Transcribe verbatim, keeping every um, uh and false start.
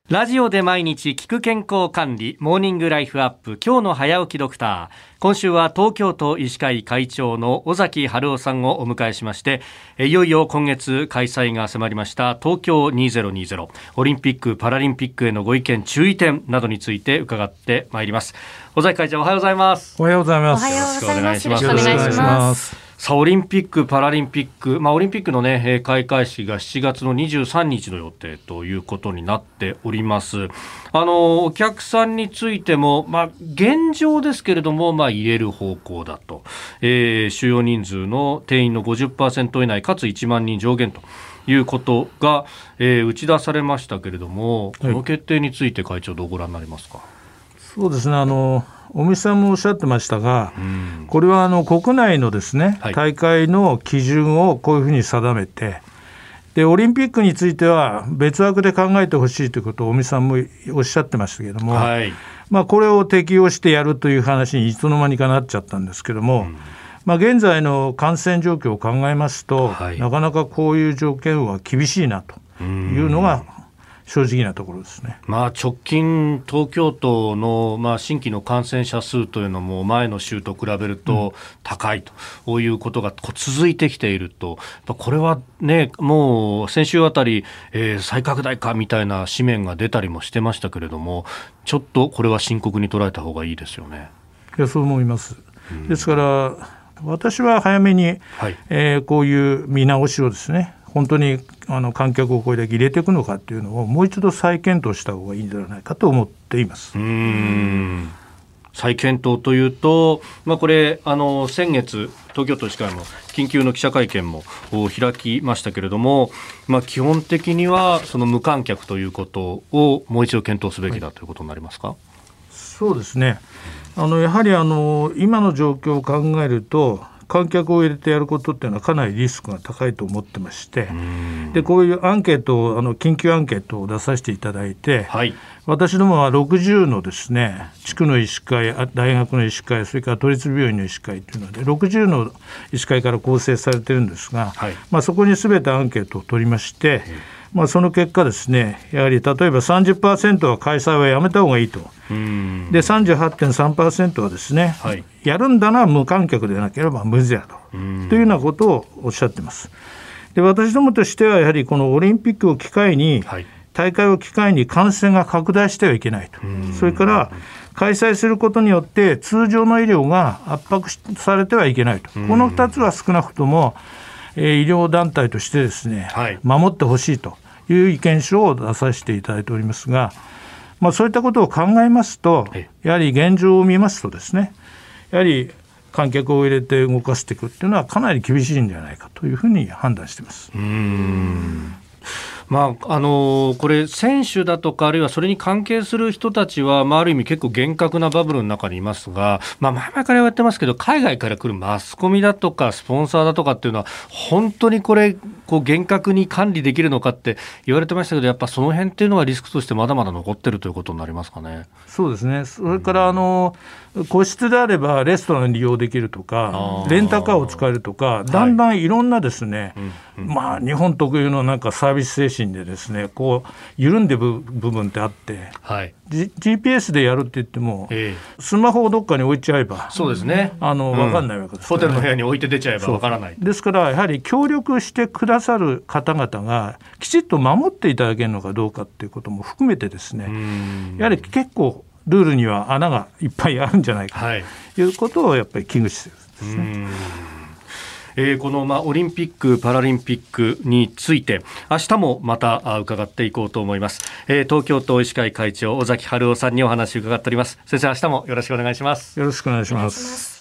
ラジオで毎日聞く健康管理モーニングライフアップ、今日の早起きドクター。今週は東京都医師会会長の尾崎治夫さんをお迎えしまして、いよいよ今月開催が迫りました東京にせんにじゅうオリンピック・パラリンピックへのご意見注意点などについて伺ってまいります。尾崎会長、おはようございます。 おはようございます。 おはようございます。 よろしくお願いします。 さあ、オリンピック・パラリンピック、まあ、オリンピックの、ね、開会式がしちがつのにじゅうさんにちの予定ということになっております。あのお客さんについても、まあ、現状ですけれども、まあ、入れる方向だと、えー、収容人数の定員の ごじゅっパーセント 以内かついちまんにん上限ということが、えー、打ち出されましたけれども、この決定について会長どうご覧になりますか？はい、 そうですね、あの尾身さんもおっしゃってましたが、うん、これはあの国内のですね、はい、大会の基準をこういうふうに定めて、でオリンピックについては別枠で考えてほしいということを尾身さんもおっしゃってましたけれども、はい、まあ、これを適用してやるという話にいつの間にかなっちゃったんですけども、うん、まあ、現在の感染状況を考えますと、はい、なかなかこういう条件は厳しいなというのが正直なところですね。 まあ、直近東京都の、まあ、新規の感染者数というのも前の週と比べると高いということがこう続いてきていると、これはね、もう先週あたり、えー、再拡大かみたいな紙面が出たりもしてましたけれども、ちょっとこれは深刻に捉えた方がいいですよね。 いや、そう思います。ですから私は早めに、はい、えー、こういう見直しをですね、本当にあの観客をこれだけ入れていくのかというのをもう一度再検討した方がいいんではないかと思っています。 うーん、再検討というと、まあ、これあの先月東京都医師会も緊急の記者会見も開きましたけれども、まあ、基本的にはその無観客ということをもう一度検討すべきだということになりますか？はい、 そうですね、あのやはりあの今の状況を考えると観客を入れてやることっていうのはかなりリスクが高いと思ってまして、でこういうアンケートをあの緊急アンケートを出させていただいて、はい、私どもはろくじゅうのですね、地区の医師会、大学の医師会、それから都立病院の医師会というのでろくじゅうの医師会から構成されているんですが、はい、まあ、そこに全てアンケートを取りまして、まあ、その結果ですね、やはり例えば さんじゅっパーセント は開催はやめた方がいいと、で さんじゅうはちてんさんパーセント はですね、はい、やるんだなら無観客でなければ無事だとというようなことをおっしゃっています。で私どもとしてはやはりこのオリンピックを機会に、はい、大会を機会に感染が拡大してはいけないと、それから開催することによって通常の医療が圧迫されてはいけないと、このふたつは少なくとも医療団体としてですね、はい、守ってほしいという意見書を出させていただいておりますが、まあ、そういったことを考えますと、やはり現状を見ますとですね、やはり観客を入れて動かしていくっていうのはかなり厳しいんじゃないかというふうに判断しています。 うーん、まああのー、これ選手だとかあるいはそれに関係する人たちは、まあ、ある意味結構厳格なバブルの中にいますが、まあ、前々から言われてますけど、海外から来るマスコミだとかスポンサーだとかっていうのは本当にこれこう厳格に管理できるのかって言われてましたけど、やっぱその辺っていうのはリスクとしてまだまだ残ってるということになりますかね。 そうですね、それからあの個室であればレストラン利用できるとか、レンタカーを使えるとか、だんだんいろんなですね、はい、うんうん、まあ、日本特有のなんかサービス精神でですね、こう緩んでる部分ってあって、はい、G、ジーピーエス でやるって言っても、えー、スマホをどっかに置いちゃえば、 そうですね、 あの、うん、分かんないわけですから、ね、 ホテルの部屋に置いて出ちゃえば分からない。 ですからやはり協力してくださる方々がきちっと守っていただけるのかどうかっていうことも含めてですね、やはり結構ルールには穴がいっぱいあるんじゃないかということをやっぱり危惧しているんですね。 うん、えー、この、まあ、オリンピック・パラリンピックについて明日もまた伺っていこうと思います。えー、東京都医師会会長尾崎治夫さんにお話を伺っております。先生、明日もよろしくお願いします。 よろしくお願いします。